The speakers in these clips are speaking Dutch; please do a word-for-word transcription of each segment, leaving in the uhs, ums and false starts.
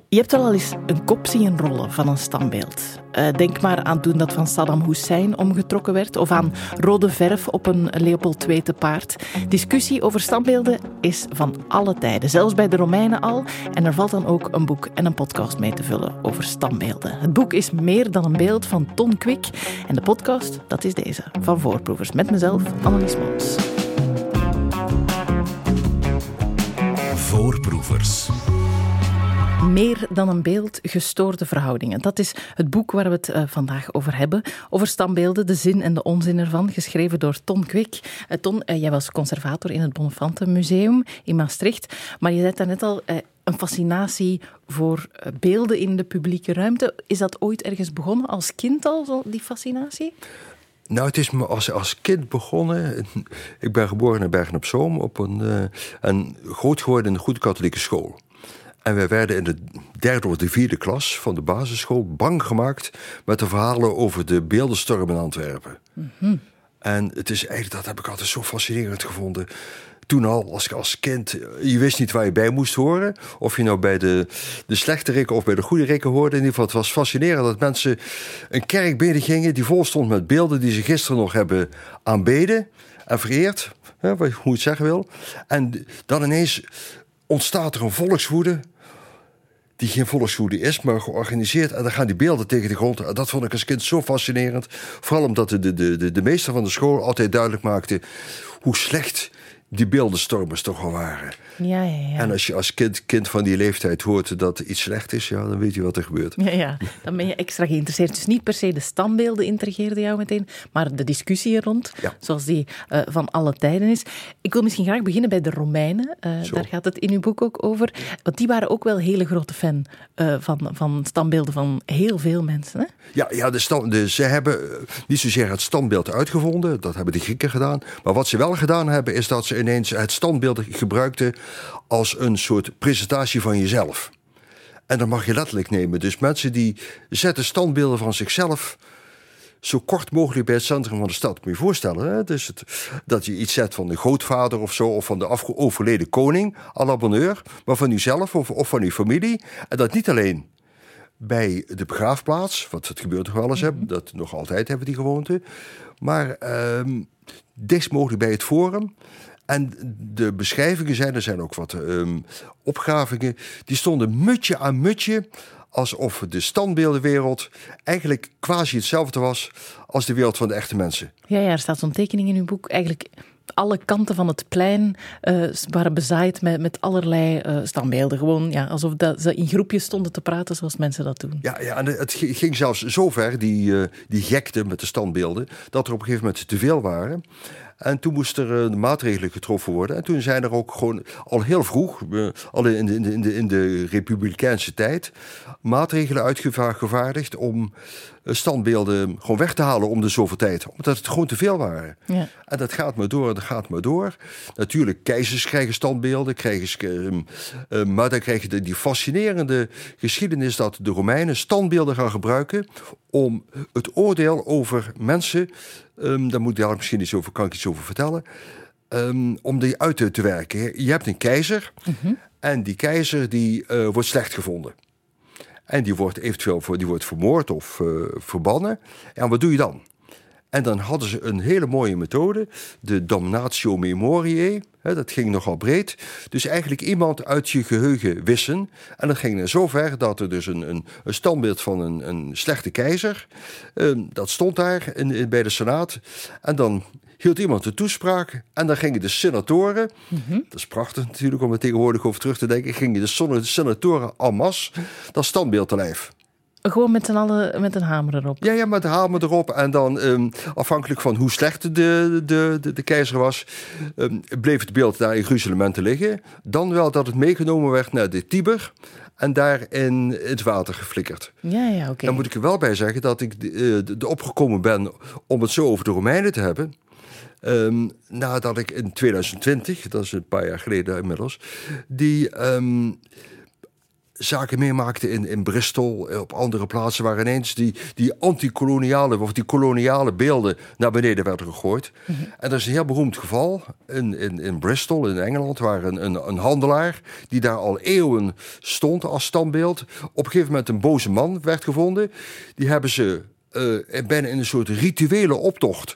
Je hebt wel al eens een kop zien rollen van een standbeeld. Uh, denk maar aan toen dat van Saddam Hussein omgetrokken werd of aan rode verf op een Leopold twee te paard. Discussie over standbeelden is van alle tijden, zelfs bij de Romeinen al. En er valt dan ook een boek en een podcast mee te vullen over standbeelden. Het boek is Meer dan een beeld van Ton Quick. En de podcast, dat is deze, van Voorproevers. Met mezelf, Annelies Mons. Voorproevers. Meer dan een beeld, gestoorde verhoudingen. Dat is het boek waar we het uh, vandaag over hebben. Over standbeelden, de zin en de onzin ervan. Geschreven door Ton Quick. Uh, Ton, uh, jij was conservator in het Bonnefante Museum in Maastricht. Maar je zei daarnet al, uh, een fascinatie voor uh, beelden in de publieke ruimte. Is dat ooit ergens begonnen? Als kind al, zo, die fascinatie? Nou, het is me als, als kind begonnen. Ik ben geboren in Bergen op Zoom op een, uh, en groot geworden in een goede katholieke school. En wij werden in de derde of de vierde klas van de basisschool bang gemaakt met de verhalen over de beeldenstorm in Antwerpen. Mm-hmm. En het is eigenlijk, dat heb ik altijd zo fascinerend gevonden. Toen al, als, als kind, je wist niet waar je bij moest horen. Of je nou bij de, de slechte rikken of bij de goede rikken hoorde. In ieder geval, het was fascinerend dat mensen een kerk binnen gingen die vol stond met beelden die ze gisteren nog hebben aanbeden en vereerd. Hè, hoe je het zeggen wil. En dan ineens ontstaat er een volkswoede die geen volkswoede is, maar georganiseerd. En dan gaan die beelden tegen de grond. En dat vond ik als kind zo fascinerend. Vooral omdat de, de, de, de meester van de school altijd duidelijk maakte hoe slecht die beeldenstormers toch al waren. Ja, ja, ja. En als je als kind, kind van die leeftijd hoort dat iets slecht is, ja, dan weet je wat er gebeurt. Ja, ja, dan ben je extra geïnteresseerd. Dus niet per se de standbeelden intrigeerden jou meteen, maar de discussie er rond, ja. Zoals die uh, van alle tijden is. Ik wil misschien graag beginnen bij de Romeinen. Uh, daar gaat het in uw boek ook over. Want die waren ook wel een hele grote fan uh, van, van standbeelden van heel veel mensen. Hè? Ja, ja de stand, de, ze hebben niet zozeer het standbeeld uitgevonden. Dat hebben de Grieken gedaan. Maar wat ze wel gedaan hebben, is dat ze ineens het standbeeld gebruikten als een soort presentatie van jezelf. En dat mag je letterlijk nemen. Dus mensen die zetten standbeelden van zichzelf zo kort mogelijk bij het centrum van de stad. Moet je je voorstellen, hè? Dus het, dat je iets zet van de grootvader of zo, of van de afge- overleden koning, à la bonheur, maar van jezelf of, of van je familie. En dat niet alleen bij de begraafplaats, wat het gebeurt toch wel eens, mm-hmm. hè? Dat nog altijd hebben die gewoonte, maar um, dichtst mogelijk bij het forum. En de beschrijvingen zijn, er zijn ook wat um, opgravingen, die stonden mutje aan mutje, alsof de standbeeldenwereld eigenlijk quasi hetzelfde was als de wereld van de echte mensen. Ja, ja, er staat zo'n tekening in uw boek. Eigenlijk alle kanten van het plein uh, waren bezaaid met, met allerlei uh, standbeelden. Gewoon, ja, alsof dat ze in groepjes stonden te praten zoals mensen dat doen. Ja, ja, en het ging zelfs zo ver, die, uh, die gekte met de standbeelden, dat er op een gegeven moment te veel waren. En toen moesten er uh, maatregelen getroffen worden. En toen zijn er ook gewoon al heel vroeg, uh, al in de, in, de, in de republikeinse tijd, maatregelen uitgevaardigd om uh, standbeelden gewoon weg te halen om de zoveel tijd. Omdat het gewoon te veel waren. Ja. En dat gaat maar door, dat gaat maar door. Natuurlijk, keizers krijgen standbeelden, krijgen, uh, uh, maar dan krijg je de, die fascinerende geschiedenis dat de Romeinen standbeelden gaan gebruiken om het oordeel over mensen, um, daar moet ik daar misschien iets over, kan ik iets over vertellen, um, om die uit te, te werken. Je hebt een keizer, mm-hmm. en die keizer die uh, wordt slecht gevonden. En die wordt eventueel voor, die wordt vermoord of uh, verbannen. En wat doe je dan? En dan hadden ze een hele mooie methode, de damnatio memoriae. Hè, dat ging nogal breed. Dus eigenlijk iemand uit je geheugen wissen. En dat ging zo ver dat er dus een, een, een standbeeld van een, een slechte keizer, Um, dat stond daar in, in, bij de Senaat. En dan hield iemand de toespraak. En dan gingen de senatoren, mm-hmm. dat is prachtig natuurlijk om er tegenwoordig over terug te denken, gingen de senatoren en masse dat standbeeld te lijf. Gewoon met z'n allen met een hamer erop? Ja, ja, met een hamer erop. En dan, um, afhankelijk van hoe slecht de, de, de, de keizer was, um, bleef het beeld daar in gruzelementen liggen. Dan wel dat het meegenomen werd naar de Tiber en daar in het water geflikkerd. Ja, ja, oké. Okay. Dan moet ik er wel bij zeggen dat ik de, de, de opgekomen ben om het zo over de Romeinen te hebben. Um, nadat ik in twintig twintig, dat is een paar jaar geleden inmiddels, die Um, zaken meemaakte in, in Bristol, op andere plaatsen, waar ineens die, die anti-koloniale of die koloniale beelden naar beneden werden gegooid. Mm-hmm. En dat is een heel beroemd geval in, in, in Bristol, in Engeland, waar een, een, een handelaar die daar al eeuwen stond als standbeeld, op een gegeven moment een boze man werd gevonden. Die hebben ze uh, bijna in een soort rituele optocht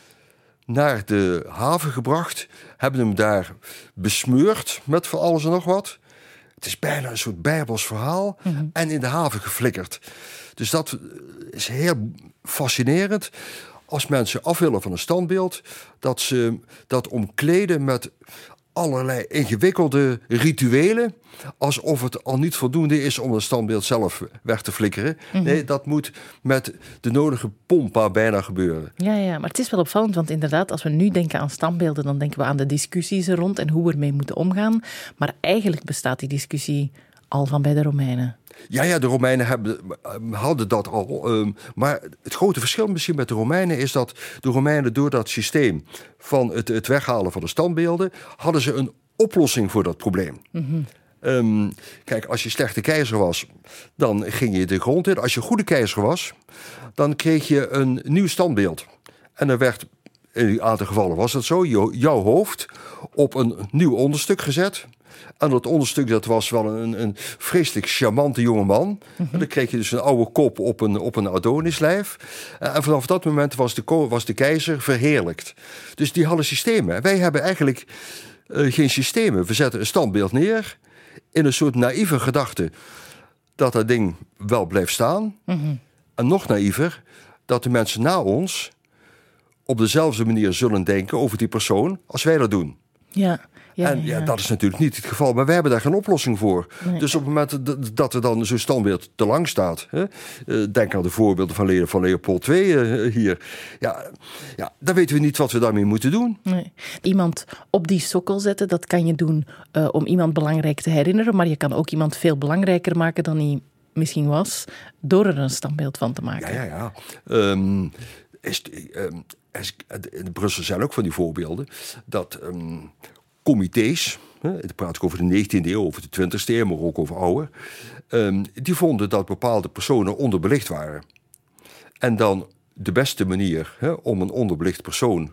naar de haven gebracht, hebben hem daar besmeurd met van alles en nog wat. Het is bijna een soort bijbels verhaal. Mm-hmm. En in de haven geflikkerd. Dus dat is heel fascinerend. Als mensen af willen van een standbeeld, dat ze dat omkleden met allerlei ingewikkelde rituelen, alsof het al niet voldoende is om het standbeeld zelf weg te flikkeren. Mm-hmm. Nee, dat moet met de nodige pompa bijna gebeuren. Ja, ja, maar het is wel opvallend, want inderdaad, als we nu denken aan standbeelden, dan denken we aan de discussies er rond en hoe we ermee moeten omgaan. Maar eigenlijk bestaat die discussie al van bij de Romeinen. Ja, ja, de Romeinen hebben, hadden dat al. Um, maar het grote verschil misschien met de Romeinen is dat de Romeinen door dat systeem van het, het weghalen van de standbeelden, hadden ze een oplossing voor dat probleem. Mm-hmm. Um, kijk, als je slechte keizer was, dan ging je de grond in. Als je goede keizer was, dan kreeg je een nieuw standbeeld. En er werd, in een aantal gevallen was dat zo, jouw hoofd op een nieuw onderstuk gezet. En dat onderstuk, dat was wel een, een vreselijk charmante jongeman. Mm-hmm. En dan kreeg je dus een oude kop op een, op een Adonislijf. En vanaf dat moment was de, was de keizer verheerlijkt. Dus die hadden systemen. Wij hebben eigenlijk uh, geen systemen. We zetten een standbeeld neer in een soort naïeve gedachte dat dat ding wel blijft staan. Mm-hmm. En nog naïver, dat de mensen na ons op dezelfde manier zullen denken over die persoon als wij dat doen. Ja. Ja, en ja, ja, dat is natuurlijk niet het geval, maar wij hebben daar geen oplossing voor. Nee. Dus op het moment dat er dan zo'n standbeeld te lang staat, hè, denk aan de voorbeelden van, Le- van Leopold de Tweede uh, hier, ja, ja, dan weten we niet wat we daarmee moeten doen. Nee. Iemand op die sokkel zetten, dat kan je doen uh, om iemand belangrijk te herinneren, maar je kan ook iemand veel belangrijker maken dan hij misschien was, door er een standbeeld van te maken. Ja, ja, ja. Um, is, um, is, in Brussel zijn ook van die voorbeelden dat Um, comité's, dan praat ik over de negentiende eeuw, over de twintigste eeuw, maar ook over ouder, um, die vonden dat bepaalde personen onderbelicht waren. En dan de beste manier hè, om een onderbelicht persoon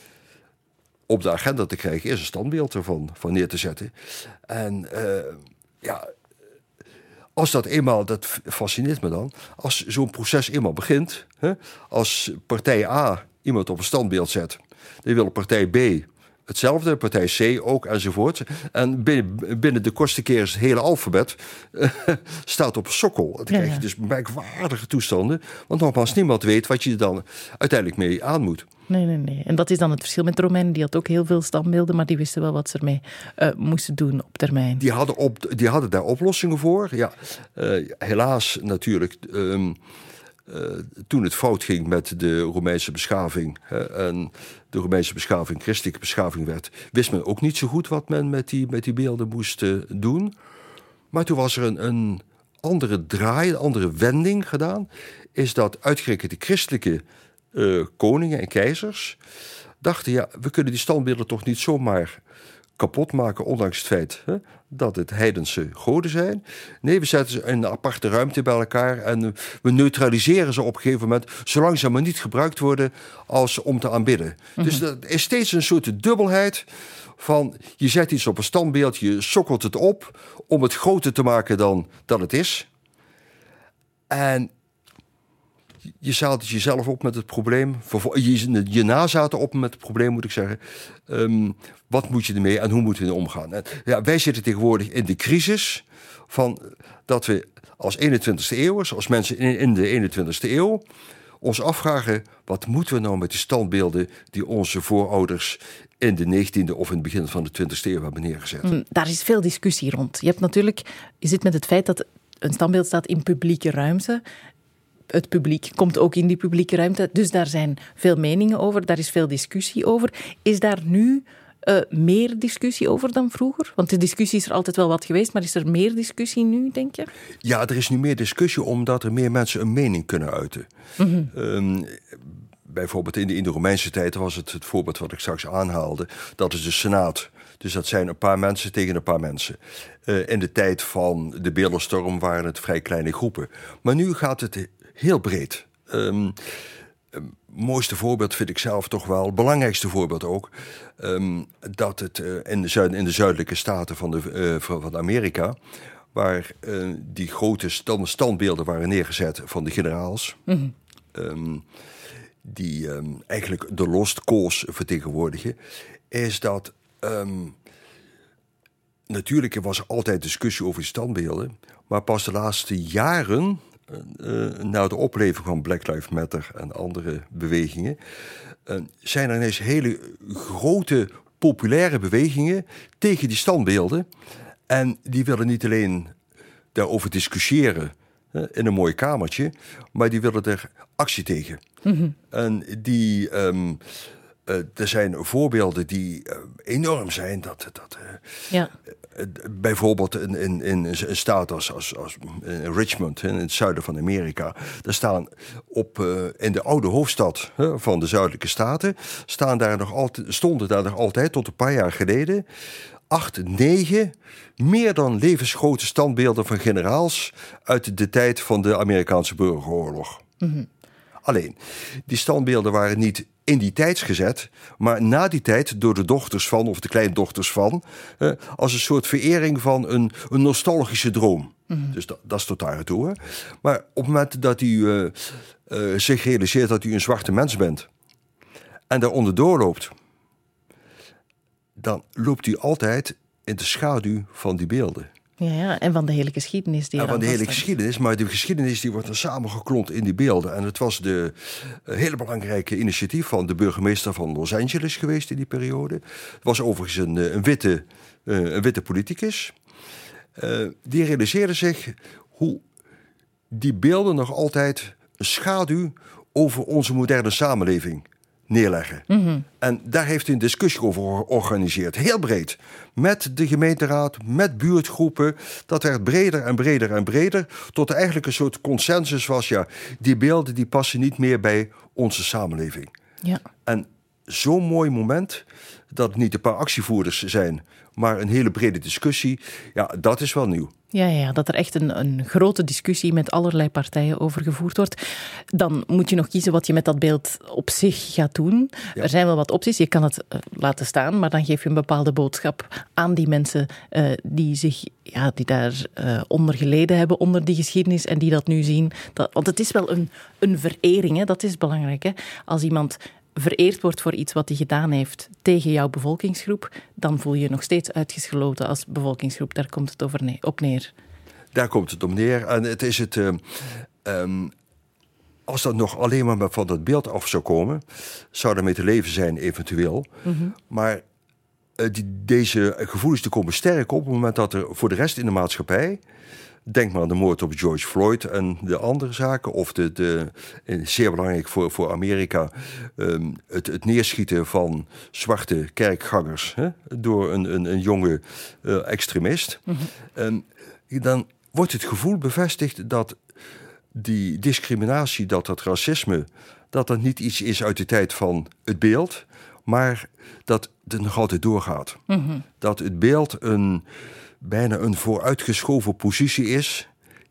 op de agenda te krijgen, is een standbeeld ervan van neer te zetten. En uh, ja, als dat eenmaal, dat fascineert me dan, als zo'n proces eenmaal begint, hè, als partij A iemand op een standbeeld zet, dan wil partij B hetzelfde, partij C ook, enzovoort. En binnen, binnen de kortste keer is het hele alfabet uh, staat op een sokkel. Dan krijg je ja, ja. dus merkwaardige toestanden. Want nogmaals, niemand weet wat je er dan uiteindelijk mee aan moet. Nee, nee, nee. En dat is dan het verschil met de Romeinen. Die had ook heel veel standbeelden, maar die wisten wel wat ze ermee uh, moesten doen op termijn. Die hadden, op, die hadden daar oplossingen voor. Ja, uh, helaas natuurlijk. Um, Uh, toen het fout ging met de Romeinse beschaving hè, en de Romeinse beschaving christelijke beschaving werd, wist men ook niet zo goed wat men met die, met die beelden moest uh, doen. Maar toen was er een, een andere draai, een andere wending gedaan, is dat uitgerekend de christelijke uh, koningen en keizers dachten, ja, we kunnen die standbeelden toch niet zomaar kapot maken, ondanks het feit hè, dat het heidense goden zijn. Nee, we zetten ze in een aparte ruimte bij elkaar en we neutraliseren ze op een gegeven moment, zolang ze maar niet gebruikt worden als om te aanbidden. Mm-hmm. Dus er is steeds een soort dubbelheid van, je zet iets op een standbeeld, je sokkelt het op om het groter te maken dan dat het is. En je zaalt jezelf op met het probleem. Je, je nazaten op met het probleem, moet ik zeggen. Um, wat moet je ermee en hoe moeten we er omgaan? En ja, wij zitten tegenwoordig in de crisis van dat we als eenentwintigste eeuwers, als mensen in, in de eenentwintigste eeuw, ons afvragen, wat moeten we nou met die standbeelden die onze voorouders in de negentiende of in het begin van de twintigste eeuw hebben neergezet? Mm, daar is veel discussie rond. Je hebt natuurlijk, je zit met het feit dat een standbeeld staat in publieke ruimte. Het publiek komt ook in die publieke ruimte. Dus daar zijn veel meningen over, daar is veel discussie over. Is daar nu uh, meer discussie over dan vroeger? Want de discussie is er altijd wel wat geweest, maar is er meer discussie nu, denk je? Ja, er is nu meer discussie omdat er meer mensen een mening kunnen uiten. Mm-hmm. Um, bijvoorbeeld in de, in de Romeinse tijd was het het voorbeeld wat ik straks aanhaalde. Dat is de Senaat Dus dat zijn een paar mensen tegen een paar mensen. Uh, in de tijd van de beeldenstorm waren het vrij kleine groepen. Maar nu gaat het heel breed. Um, um, mooiste voorbeeld vind ik zelf toch wel, belangrijkste voorbeeld ook, um, dat het uh, in, de zuid, in de zuidelijke staten van, de, uh, van Amerika, waar uh, die grote stand, standbeelden waren neergezet van de generaals, mm-hmm. um, die um, eigenlijk de lost cause vertegenwoordigen, is dat um, natuurlijk was er altijd discussie over die standbeelden, maar pas de laatste jaren, uh, na de opleving van Black Lives Matter en andere bewegingen, uh, zijn er ineens hele grote populaire bewegingen tegen die standbeelden. En die willen niet alleen daarover discussiëren uh, in een mooi kamertje, maar die willen er actie tegen. Mm-hmm. En die... Um, Uh, er zijn voorbeelden die uh, enorm zijn. Dat, dat, uh, ja. uh, bijvoorbeeld in, in, in een staat als, als, als Richmond, in het zuiden van Amerika. Daar staan op, uh, in de oude hoofdstad uh, van de zuidelijke staten, staan daar nog altijd, stonden daar nog altijd tot een paar jaar geleden acht, negen meer dan levensgrote standbeelden van generaals uit de tijd van de Amerikaanse burgeroorlog. Mm-hmm. Alleen, die standbeelden waren niet in die tijd gezet, maar na die tijd door de dochters van, of de kleindochters van, eh, als een soort verering van een, een nostalgische droom. Mm-hmm. Dus dat, dat is tot daar toe. Hè. Maar op het moment dat u uh, uh, zich realiseert dat u een zwarte mens bent en daaronder doorloopt, dan loopt u altijd in de schaduw van die beelden. Ja, ja, en van de hele geschiedenis. Die ja, van de hele geschiedenis, maar de geschiedenis die wordt dan samengeklont in die beelden. En het was de uh, hele belangrijke initiatief van de burgemeester van Los Angeles geweest in die periode. Het was overigens een, een, witte, uh, een witte politicus. Uh, die realiseerde zich hoe die beelden nog altijd een schaduw over onze moderne samenleving neerleggen. Mm-hmm. En daar heeft hij een discussie over georganiseerd. Heel breed. Met de gemeenteraad, met buurtgroepen. Dat werd breder en breder en breder. Tot er eigenlijk een soort consensus was. Ja, die beelden die passen niet meer bij onze samenleving. Ja. En zo'n mooi moment dat het niet een paar actievoerders zijn, maar een hele brede discussie. Ja, dat is wel nieuw. Ja, ja, dat er echt een, een grote discussie met allerlei partijen over gevoerd wordt. Dan moet je nog kiezen wat je met dat beeld op zich gaat doen. Ja. Er zijn wel wat opties. Je kan het uh, laten staan, maar dan geef je een bepaalde boodschap aan die mensen uh, die zich, ja, die daar uh, onder geleden hebben, onder die geschiedenis en die dat nu zien. Dat, want het is wel een, een verering, hè? Dat is belangrijk. Hè? Als iemand vereerd wordt voor iets wat hij gedaan heeft tegen jouw bevolkingsgroep, dan voel je je nog steeds uitgesloten als bevolkingsgroep. Daar komt het over ne- op neer. Daar komt het op neer. En het is het... Uh, um, als dat nog alleen maar van dat beeld af zou komen, zou er mee te leven zijn eventueel. Mm-hmm. Maar uh, die, deze gevoelens die komen sterk op op het moment dat er voor de rest in de maatschappij, denk maar aan de moord op George Floyd en de andere zaken, of de, de zeer belangrijk voor, voor Amerika, um, het, het neerschieten van zwarte kerkgangers hè, door een, een, een jonge uh, extremist. Mm-hmm. Um, dan wordt het gevoel bevestigd dat die discriminatie, dat dat racisme, dat dat niet iets is uit de tijd van het beeld, maar dat het nog altijd doorgaat. Mm-hmm. Dat het beeld een bijna een vooruitgeschoven positie is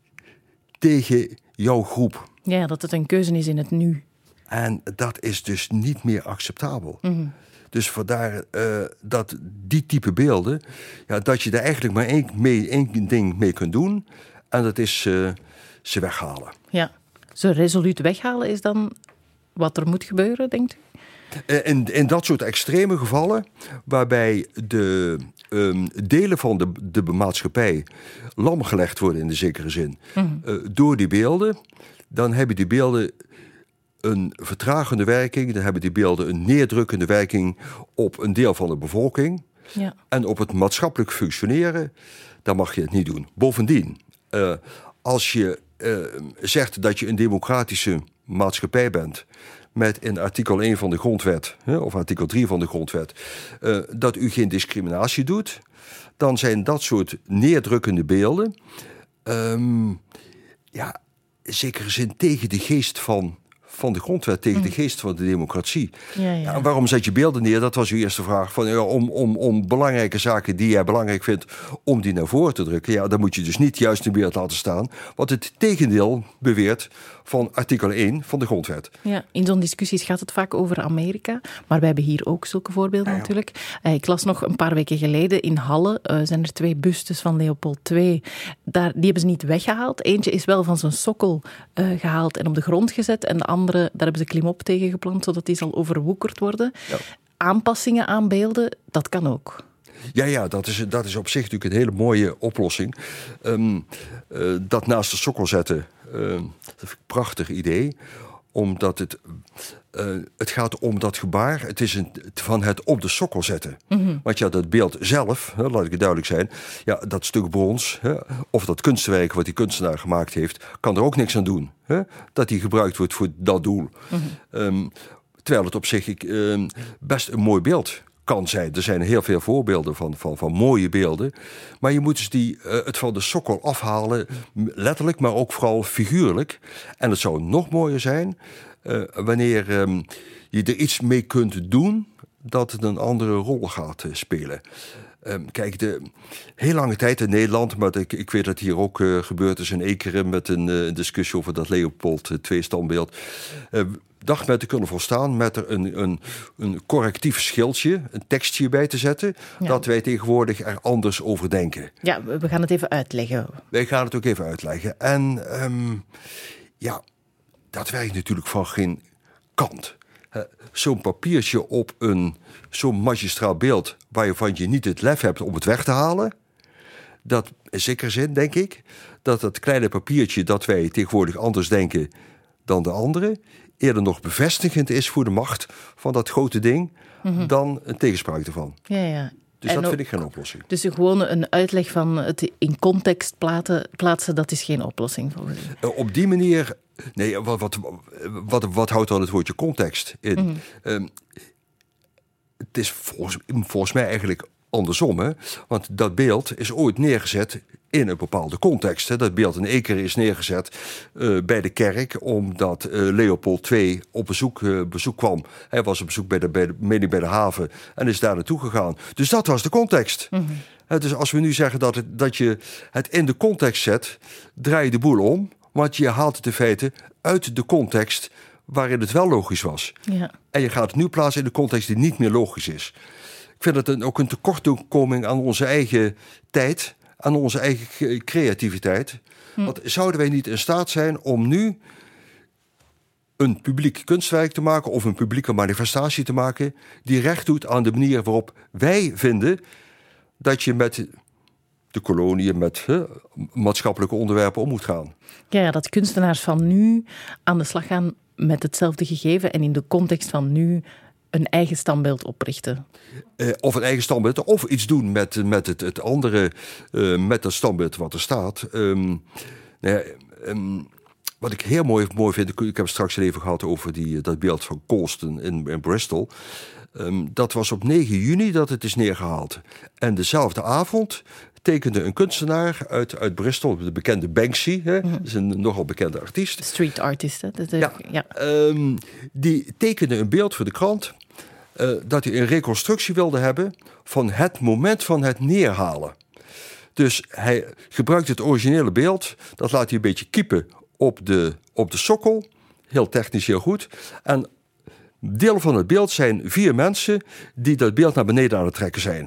tegen jouw groep. Ja, dat het een keuze is in het nu. En dat is dus niet meer acceptabel. Mm-hmm. Dus vandaar uh, dat die type beelden, ja, dat je daar eigenlijk maar één, mee, één ding mee kunt doen. En dat is uh, ze weghalen. Ja, ze resoluut weghalen is dan wat er moet gebeuren, denkt u? In, in dat soort extreme gevallen, waarbij de um, delen van de, de maatschappij lamgelegd worden in de zekere zin, mm-hmm. uh, door die beelden, dan hebben die beelden een vertragende werking, dan hebben die beelden een neerdrukkende werking op een deel van de bevolking. Ja. En op het maatschappelijk functioneren, dan mag je het niet doen. Bovendien, uh, als je uh, zegt dat je een democratische maatschappij bent, met in artikel één van de grondwet, of artikel drie van de grondwet, uh, dat u geen discriminatie doet, dan zijn dat soort neerdrukkende beelden, um, ja, in zekere zin tegen de geest van, van de grondwet tegen mm. de geest van de democratie. Ja, ja. Ja, en waarom zet je beelden neer? Dat was uw eerste vraag. Van, ja, om, om, om belangrijke zaken die jij belangrijk vindt, om die naar voren te drukken. Ja, dan moet je dus niet juist een beeld laten staan wat het tegendeel beweert van artikel één van de grondwet. Ja, in zo'n discussies gaat het vaak over Amerika, maar wij hebben hier ook zulke voorbeelden ja, ja. natuurlijk. Uh, ik las nog een paar weken geleden in Halle uh, zijn er twee bustes van Leopold de Tweede. Daar, die hebben ze niet weggehaald. Eentje is wel van zijn sokkel uh, gehaald en op de grond gezet en de andere, daar hebben ze klimop tegen geplant, zodat die zal overwoekerd worden. Ja. Aanpassingen aan beelden, dat kan ook. Ja, ja, dat is, dat is op zich natuurlijk een hele mooie oplossing. Um, uh, dat naast de sokkel zetten, uh, dat vind ik een prachtig idee. Omdat het, uh, het gaat om dat gebaar. Het is een, van het op de sokkel zetten. Mm-hmm. Want ja, dat beeld zelf, hè, laat ik het duidelijk zijn. Ja, dat stuk brons, hè, of dat kunstwerk wat die kunstenaar gemaakt heeft, kan er ook niks aan doen. Hè, dat die gebruikt wordt voor dat doel. Mm-hmm. Um, terwijl het op zich ik, um, best een mooi beeld kan zijn. Er zijn heel veel voorbeelden van, van, van mooie beelden. Maar je moet dus die, uh, het van de sokkel afhalen, letterlijk, maar ook vooral figuurlijk. En het zou nog mooier zijn uh, wanneer um, je er iets mee kunt doen dat het een andere rol gaat uh, spelen. Um, kijk, de heel lange tijd in Nederland, maar ik, ik weet dat hier ook uh, gebeurd is in Ekeren met een uh, discussie over dat Leopold de Tweede standbeeld. Uh, dacht men te kunnen volstaan met er een, een, een correctief schildje, een tekstje bij te zetten, ja. dat wij tegenwoordig er anders over denken. Ja, we gaan het even uitleggen. Wij gaan het ook even uitleggen. En um, ja, dat werkt natuurlijk van geen kant. Uh, zo'n papiertje op een zo'n magistraal beeld waarvan je niet het lef hebt om het weg te halen, dat in zekere zin, denk ik, dat dat kleine papiertje dat wij tegenwoordig anders denken dan de anderen, eerder nog bevestigend is voor de macht van dat grote ding, mm-hmm. dan een tegenspraak ervan. Ja, ja. Dus en dat ook, vind ik geen oplossing. Dus gewoon een uitleg van het in context platen, plaatsen, dat is geen oplossing volgens u? Uh, op die manier, nee, wat, wat, wat, wat houdt dan het woordje context in? Mm-hmm. Um, het is volgens, volgens mij eigenlijk andersom, hè? Want dat beeld is ooit neergezet in een bepaalde context. Hè. Dat beeld in Ekeren is neergezet uh, bij de kerk, omdat uh, Leopold de Tweede op bezoek, uh, bezoek kwam. Hij was op bezoek bij de, bij de, mede bij de haven en is daar naartoe gegaan. Dus dat was de context. Mm-hmm. Uh, dus als we nu zeggen dat, het, dat je het in de context zet, draai je de boel om, want je haalt het in feite uit de context waarin het wel logisch was. Ja. En je gaat het nu plaatsen in de context die niet meer logisch is. Ik vind het een, ook een tekortkoming aan onze eigen tijd, aan onze eigen creativiteit. Hm. Want zouden wij niet in staat zijn om nu een publiek kunstwerk te maken of een publieke manifestatie te maken die recht doet aan de manier waarop wij vinden dat je met de koloniën, met hè, maatschappelijke onderwerpen om moet gaan. Ja, dat kunstenaars van nu aan de slag gaan met hetzelfde gegeven en in de context van nu een eigen standbeeld oprichten. Uh, of een eigen standbeeld, of iets doen met, met het, het andere, uh, met dat standbeeld wat er staat. Um, nou ja, um, wat ik heel mooi, mooi vind, ik heb straks even gehad over die, dat beeld van Colston in, in Bristol. Um, dat was op negen juni dat het is neergehaald. En dezelfde avond tekende een kunstenaar uit, uit Bristol, de bekende Banksy, hè, mm-hmm. dat is een nogal bekende artiest. Street artist, hè? Dat, ja, ja. Um, die tekende een beeld voor de krant, uh, dat hij een reconstructie wilde hebben van het moment van het neerhalen. Dus hij gebruikt het originele beeld, dat laat hij een beetje kiepen op de, op de sokkel, heel technisch heel goed. En deel van het beeld zijn vier mensen die dat beeld naar beneden aan het trekken zijn.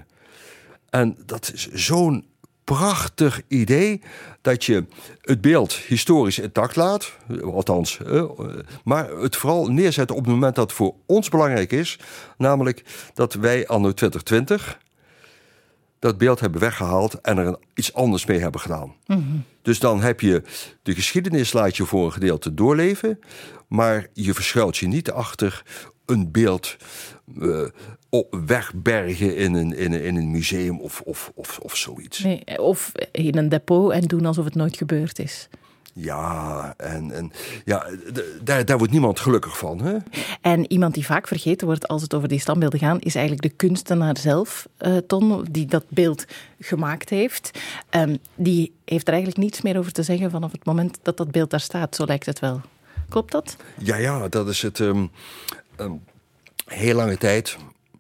En dat is zo'n prachtig idee dat je het beeld historisch intact laat, althans, maar het vooral neerzet op het moment dat het voor ons belangrijk is, namelijk dat wij anno twintig twintig dat beeld hebben weggehaald en er een, iets anders mee hebben gedaan. Mm-hmm. Dus dan heb je de geschiedenis, laat je voor een gedeelte doorleven, maar je verschuilt je niet achter een beeld uh, wegbergen in een, in een, in een museum of, of, of, of zoiets. Nee, of in een depot en doen alsof het nooit gebeurd is. Ja, en, en ja, d- daar, daar wordt niemand gelukkig van. Hè? En iemand die vaak vergeten wordt als het over die standbeelden gaat, is eigenlijk de kunstenaar zelf, uh, Ton, die dat beeld gemaakt heeft. Um, die heeft er eigenlijk niets meer over te zeggen vanaf het moment dat dat beeld daar staat, zo lijkt het wel. Klopt dat? Ja, ja, dat is het. Um, um, heel lange tijd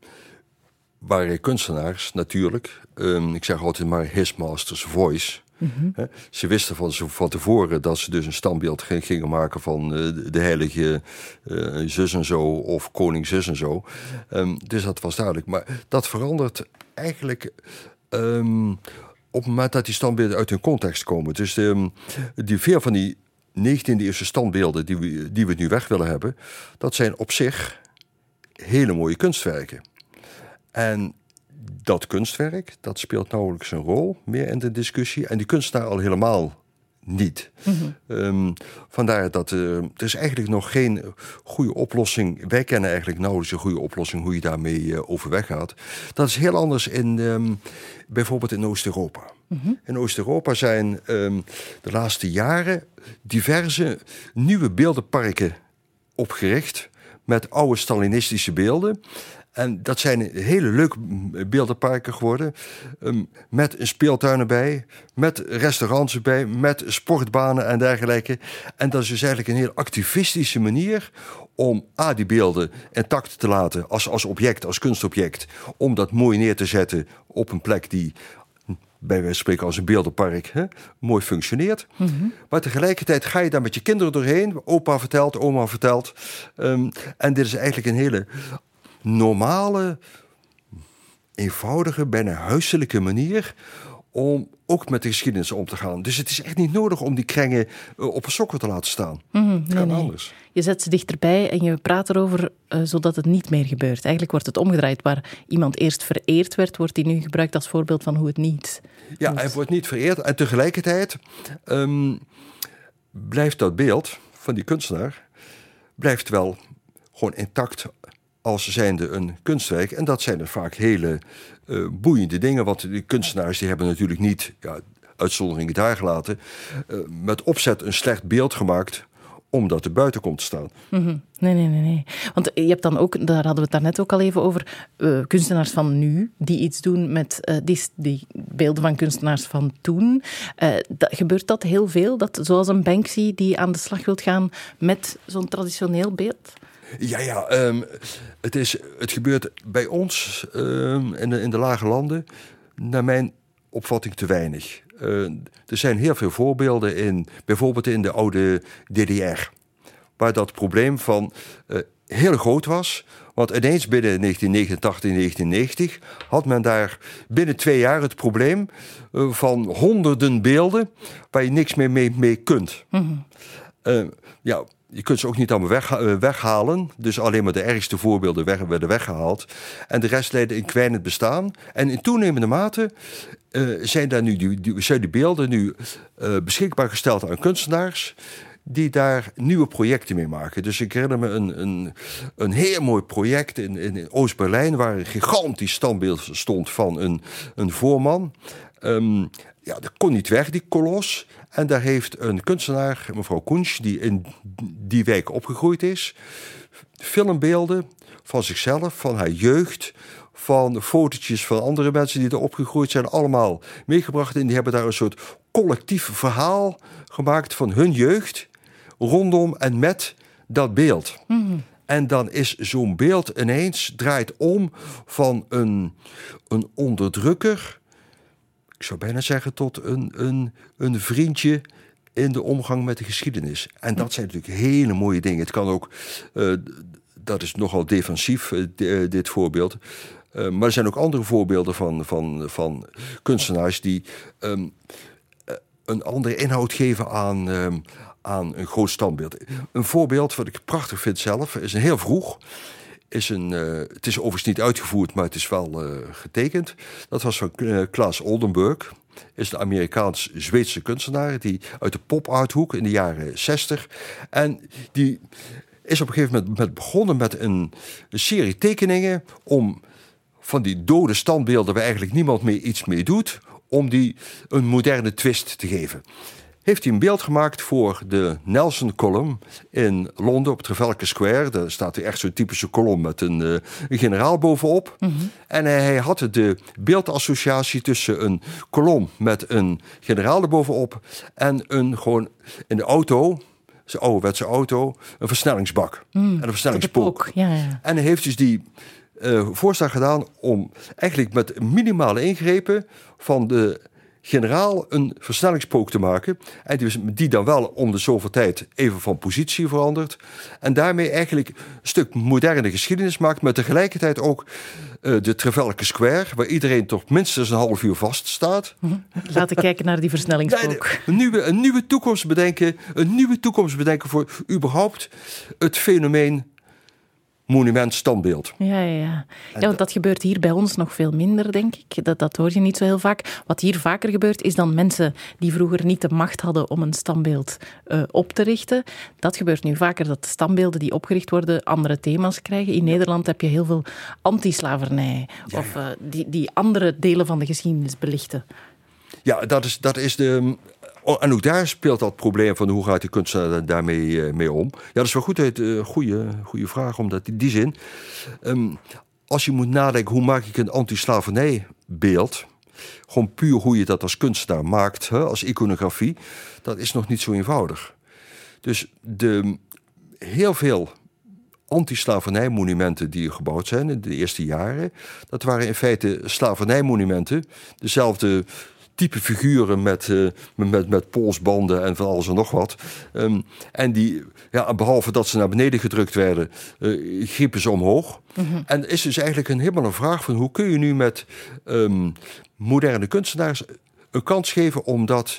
waren kunstenaars natuurlijk. Um, ik zeg altijd maar his master's voice. Mm-hmm. He, ze wisten van, van tevoren dat ze dus een standbeeld gingen maken van uh, de heilige uh, zus en zo of koning zus en zo. Um, dus dat was duidelijk. Maar dat verandert eigenlijk um, op het moment dat die standbeelden uit hun context komen. Dus um, die, veel van die negentiende eeuwse standbeelden die we, die we nu weg willen hebben, dat zijn op zich hele mooie kunstwerken. En dat kunstwerk, dat speelt nauwelijks een rol meer in de discussie. En die kunstenaar al helemaal niet. Mm-hmm. Um, vandaar dat uh, er is eigenlijk nog geen goede oplossing. Wij kennen eigenlijk nauwelijks een goede oplossing hoe je daarmee uh, overweg gaat. Dat is heel anders in um, bijvoorbeeld in Oost-Europa. Mm-hmm. In Oost-Europa zijn um, de laatste jaren diverse nieuwe beeldenparken opgericht met oude Stalinistische beelden. En dat zijn hele leuke beeldenparken geworden. Um, met een speeltuin erbij, met restaurants erbij, met sportbanen en dergelijke. En dat is dus eigenlijk een heel activistische manier om A, die beelden intact te laten als, als object, als kunstobject. Om dat mooi neer te zetten op een plek die, bij wijze van spreken als een beeldenpark, hè, mooi functioneert. Mm-hmm. Maar tegelijkertijd ga je daar met je kinderen doorheen. Opa vertelt, oma vertelt. Um, en dit is eigenlijk een hele normale, eenvoudige, bijna huiselijke manier om ook met de geschiedenis om te gaan. Dus het is echt niet nodig om die krengen uh, op een sokken te laten staan. Mm-hmm, nee, kan nee. anders. Je zet ze dichterbij en je praat erover uh, zodat het niet meer gebeurt. Eigenlijk wordt het omgedraaid. Waar iemand eerst vereerd werd, wordt die nu gebruikt als voorbeeld van hoe het niet. Ja, moet. Hij wordt niet vereerd. En tegelijkertijd um, blijft dat beeld van die kunstenaar blijft wel gewoon intact als zijnde een kunstwerk. En dat zijn er vaak hele uh, boeiende dingen. Want die kunstenaars die hebben natuurlijk niet, ja, uitzonderingen daar gelaten, uh, met opzet een slecht beeld gemaakt omdat er buiten komt te staan. Mm-hmm. Nee, nee, nee, nee. Want je hebt dan ook, daar hadden we het daarnet ook al even over, uh, kunstenaars van nu die iets doen met uh, die, die beelden van kunstenaars van toen. Uh, dat, gebeurt dat heel veel? Dat, zoals een Banksy die aan de slag wilt gaan met zo'n traditioneel beeld? Ja, ja. Um, het, is, het gebeurt bij ons um, in, de, in de lage landen, naar mijn opvatting, te weinig. Uh, er zijn heel veel voorbeelden in, bijvoorbeeld in de oude D D R, waar dat probleem van uh, heel groot was. Want ineens binnen negentien negenentachtig, negentien negentig had men daar binnen twee jaar het probleem uh, van honderden beelden waar je niks meer mee, mee kunt. Mm-hmm. Uh, ja. Je kunt ze ook niet allemaal weg, uh, weghalen. Dus alleen maar de ergste voorbeelden weg, werden weggehaald. En de rest leidde in kwijnend bestaan. En in toenemende mate uh, zijn, daar nu die, die, zijn die beelden nu uh, beschikbaar gesteld aan kunstenaars die daar nieuwe projecten mee maken. Dus ik herinner me een, een, een heel mooi project in, in Oost-Berlijn, waar een gigantisch standbeeld stond van een, een voorman. Um, ja, dat kon niet weg, die kolos. En daar heeft een kunstenaar, mevrouw Kunsch, die in die wijk opgegroeid is, filmbeelden van zichzelf, van haar jeugd, van fotootjes van andere mensen die er opgegroeid zijn, allemaal meegebracht. En die hebben daar een soort collectief verhaal gemaakt van hun jeugd, rondom en met dat beeld. Mm-hmm. En dan is zo'n beeld ineens, draait om van een, een onderdrukker, ik zou bijna zeggen tot een, een, een vriendje in de omgang met de geschiedenis. En dat zijn natuurlijk hele mooie dingen. Het kan ook, uh, dat is nogal defensief, uh, dit voorbeeld. Uh, maar er zijn ook andere voorbeelden van, van, van kunstenaars die um, uh, een andere inhoud geven aan, um, aan een groot standbeeld. Een voorbeeld wat ik prachtig vind zelf, is een heel vroeg. Is een, uh, het is overigens niet uitgevoerd, maar het is wel uh, getekend. Dat was van uh, Klaas Oldenburg. Is een Amerikaans-Zweedse kunstenaar die uit de pop-arthoek in de jaren zestig. En die is op een gegeven moment met begonnen met een, een serie tekeningen om van die dode standbeelden waar eigenlijk niemand meer iets mee doet, om die een moderne twist te geven. Heeft hij een beeld gemaakt voor de Nelson Column in Londen op Trafalgar Square. Daar staat echt zo'n typische kolom met een, uh, een generaal bovenop. Mm-hmm. En hij had de beeldassociatie tussen een kolom met een generaal erbovenop en een gewoon in de auto zijn ouderwetse auto, een versnellingsbak. Mm, en een versnellingspook. Ja, ja. En hij heeft dus die uh, voorstel gedaan om eigenlijk met minimale ingrepen van de generaal een versnellingspook te maken. En die, die dan wel om de zoveel tijd even van positie verandert. En daarmee eigenlijk een stuk moderne geschiedenis maakt. Maar tegelijkertijd ook uh, de Trafalgar Square, waar iedereen toch minstens een half uur vast staat. Laten kijken naar die versnellingspook. Een nieuwe, een nieuwe toekomst bedenken. Een nieuwe toekomst bedenken voor überhaupt het fenomeen monument standbeeld. Ja, ja, ja. ja, want dat gebeurt hier bij ons nog veel minder, denk ik. Dat, dat hoor je niet zo heel vaak. Wat hier vaker gebeurt, is dan mensen die vroeger niet de macht hadden om een standbeeld uh, op te richten. Dat gebeurt nu vaker, dat standbeelden die opgericht worden andere thema's krijgen. In Nederland heb je heel veel anti-slavernij. Ja, of uh, die, die andere delen van de geschiedenis belichten. Ja, dat is, dat is de... En ook daar speelt dat probleem van hoe gaat die kunstenaar daarmee uh, mee om. Ja, dat is wel goed, een uh, goede, goede vraag, omdat in die zin... Um, als je moet nadenken, hoe maak ik een anti-slavernijbeeld? Gewoon puur hoe je dat als kunstenaar maakt, hè, als iconografie. Dat is nog niet zo eenvoudig. Dus de, heel veel anti-slavernijmonumenten die gebouwd zijn in de eerste jaren... dat waren in feite slavernijmonumenten. Dezelfde type figuren met, uh, met, met polsbanden en van alles en nog wat. Um, en die, ja, behalve dat ze naar beneden gedrukt werden, uh, griepen ze omhoog. Mm-hmm. En is dus eigenlijk een, helemaal een vraag van hoe kun je nu met um, moderne kunstenaars een kans geven om dat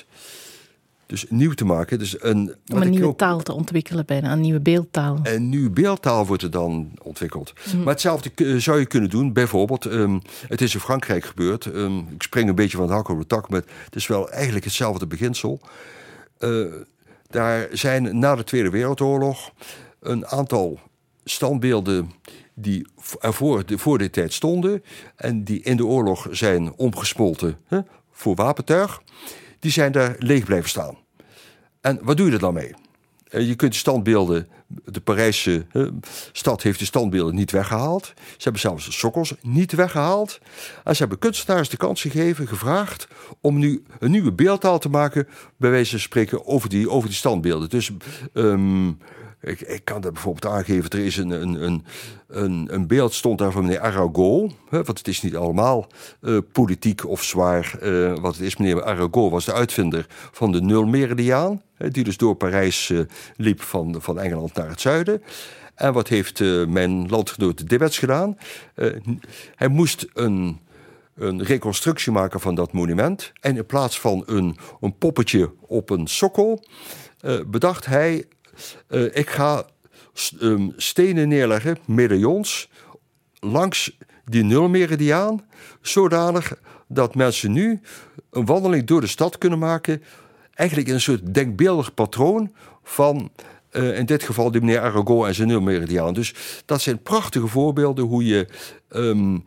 dus nieuw te maken. Dus een, om een nieuwe ook, taal te ontwikkelen bijna, een nieuwe beeldtaal. Een nieuwe beeldtaal wordt er dan ontwikkeld. Mm. Maar hetzelfde uh, zou je kunnen doen. Bijvoorbeeld, um, het is in Frankrijk gebeurd. Um, ik spring een beetje van het hak op de tak, maar het is wel eigenlijk hetzelfde beginsel. Uh, daar zijn na de Tweede Wereldoorlog een aantal standbeelden die ervoor de, voor die tijd stonden en die in de oorlog zijn omgesmolten hè, voor wapentuig. Die zijn daar leeg blijven staan. En wat doe je er dan mee? Je kunt de standbeelden, de Parijse eh, stad heeft de standbeelden niet weggehaald. Ze hebben zelfs de sokkels niet weggehaald. En ze hebben kunstenaars de kans gegeven, gevraagd om nu een nieuwe beeldtaal te maken, bij wijze van spreken, over die, over die standbeelden. Dus um, ik, ik kan dat bijvoorbeeld aangeven, er is een, een, een, een, een beeld stond daar van meneer Arago, hè, want het is niet allemaal uh, politiek of zwaar uh, wat het is. Meneer Arago was de uitvinder van de nulmeridiaan, hè, die dus door Parijs uh, liep van, van Engeland naar het zuiden. En wat heeft uh, mijn landgenoot Dibets gedaan? Uh, hij moest een... een reconstructie maken van dat monument. En in plaats van een, een poppetje op een sokkel, uh, bedacht hij, uh, ik ga um, stenen neerleggen, medaillons, langs die nulmeridiaan, zodanig dat mensen nu een wandeling door de stad kunnen maken, eigenlijk in een soort denkbeeldig patroon van, uh, in dit geval die meneer Arago en zijn nulmeridiaan. Dus dat zijn prachtige voorbeelden hoe je Um,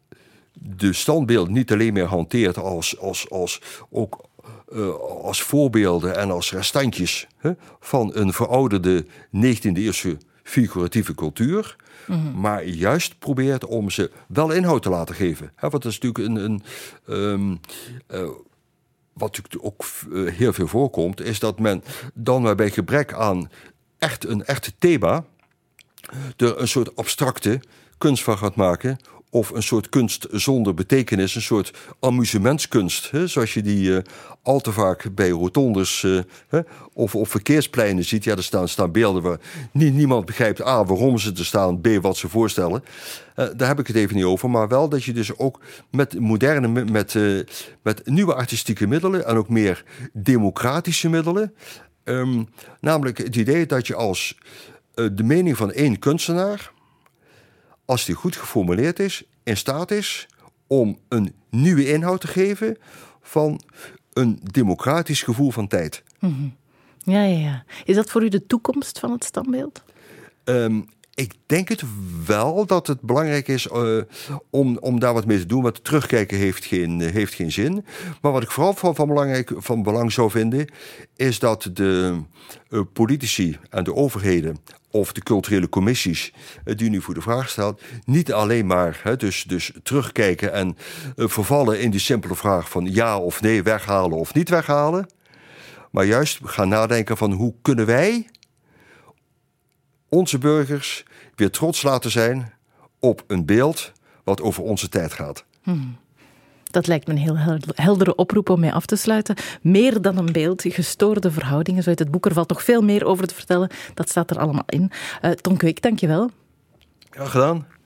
de standbeeld niet alleen meer hanteert als, als, als, ook, uh, als voorbeelden en als restantjes hè, van een verouderde negentiende eeuwse figuratieve cultuur, mm-hmm. maar juist probeert om ze wel inhoud te laten geven. Hè, want dat is natuurlijk een... een um, uh, wat natuurlijk ook uh, heel veel voorkomt, is dat men dan maar bij gebrek aan echt een echt thema er een soort abstracte kunst van gaat maken, of een soort kunst zonder betekenis, een soort amusementskunst. Hè, zoals je die uh, al te vaak bij rotondes uh, hè, of op verkeerspleinen ziet. Ja, er staan, staan beelden waar nie, niemand begrijpt A, waarom ze er staan, B, wat ze voorstellen. Uh, daar heb ik het even niet over. Maar wel dat je dus ook met moderne, met, uh, met nieuwe artistieke middelen en ook meer democratische middelen, um, namelijk het idee dat je als uh, de mening van één kunstenaar, als die goed geformuleerd is, in staat is om een nieuwe inhoud te geven van een democratisch gevoel van tijd. Mm-hmm. Ja, ja, ja. Is dat voor u de toekomst van het standbeeld? Um, ik denk het wel dat het belangrijk is uh, om, om daar wat mee te doen. Want terugkijken heeft geen, uh, heeft geen zin. Maar wat ik vooral van, van, belangrijk, van belang zou vinden, is dat de uh, politici en de overheden of de culturele commissies uh, die nu voor de vraag staan, niet alleen maar hè, dus, dus terugkijken en uh, vervallen in die simpele vraag van ja of nee, weghalen of niet weghalen. Maar juist gaan nadenken van hoe kunnen wij onze burgers weer trots laten zijn op een beeld wat over onze tijd gaat. Hmm. Dat lijkt me een heel heldere oproep om mee af te sluiten. Meer dan een beeld, gestoorde verhoudingen. Zo uit het boek, er valt nog veel meer over te vertellen. Dat staat er allemaal in. Uh, Ton Kweek, dank je wel. Graag gedaan.